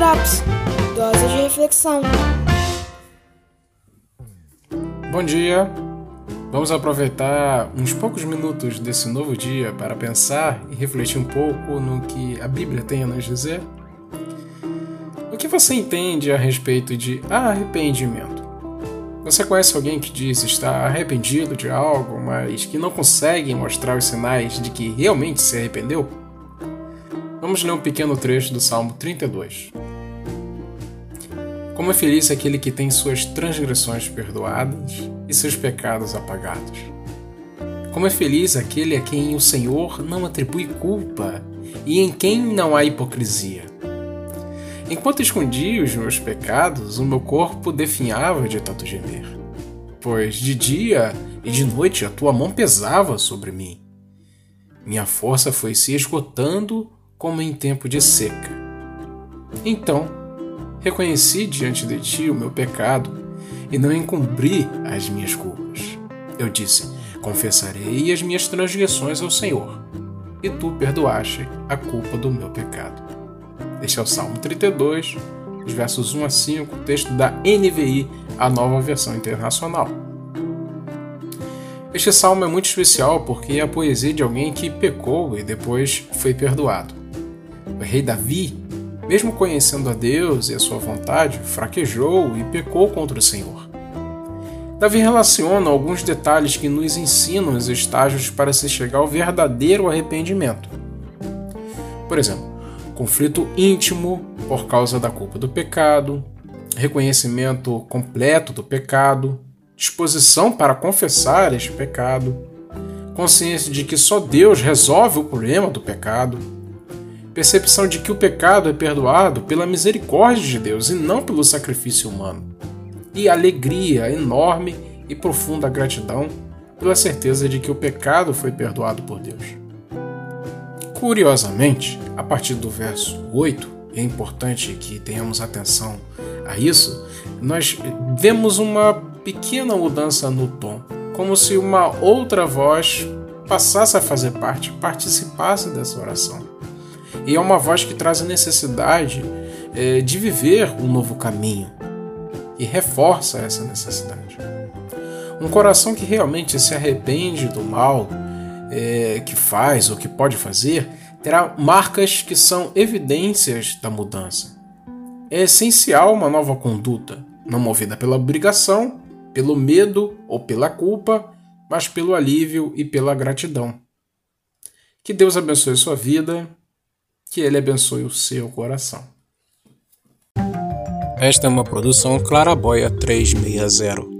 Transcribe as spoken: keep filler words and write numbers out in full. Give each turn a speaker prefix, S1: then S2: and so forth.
S1: Drops, dose de reflexão.
S2: Bom dia! Vamos aproveitar uns poucos minutos desse novo dia para pensar e refletir um pouco no que a Bíblia tem a nos dizer. O que você entende a respeito de arrependimento? Você conhece alguém que diz estar arrependido de algo, mas que não consegue mostrar os sinais de que realmente se arrependeu? Vamos ler um pequeno trecho do Salmo trinta e dois. Como é feliz aquele que tem suas transgressões perdoadas e seus pecados apagados. Como é feliz aquele a quem o Senhor não atribui culpa e em quem não há hipocrisia. Enquanto escondi os meus pecados, o meu corpo definhava de tanto gemer. Pois de dia e de noite a tua mão pesava sobre mim. Minha força foi se esgotando como em tempo de seca. Então, reconheci diante de ti o meu pecado e não encobri as minhas culpas. Eu disse, confessarei as minhas transgressões ao Senhor, e tu perdoaste a culpa do meu pecado. Este é o Salmo trinta e dois, os versos um a cinco, texto da N V I, a nova versão internacional. Este salmo é muito especial porque é a poesia de alguém que pecou e depois foi perdoado. O rei Davi, mesmo conhecendo a Deus e a sua vontade, fraquejou e pecou contra o Senhor. Davi relaciona alguns detalhes que nos ensinam os estágios para se chegar ao verdadeiro arrependimento. Por exemplo, conflito íntimo por causa da culpa do pecado, reconhecimento completo do pecado, disposição para confessar este pecado, consciência de que só Deus resolve o problema do pecado, percepção de que o pecado é perdoado pela misericórdia de Deus e não pelo sacrifício humano, e alegria enorme e profunda gratidão pela certeza de que o pecado foi perdoado por Deus. Curiosamente, a partir do verso oito, é importante que tenhamos atenção a isso, nós vemos uma pequena mudança no tom, como se uma outra voz passasse a fazer parte, participasse dessa oração. E é uma voz que traz a necessidade é, de viver um novo caminho e reforça essa necessidade. Um coração que realmente se arrepende do mal é, que faz ou que pode fazer terá marcas que são evidências da mudança. É essencial uma nova conduta, não movida pela obrigação, pelo medo ou pela culpa, mas pelo alívio e pela gratidão. Que Deus abençoe sua vida. Que Ele abençoe o seu coração. Esta é uma produção Claraboia trezentos e sessenta.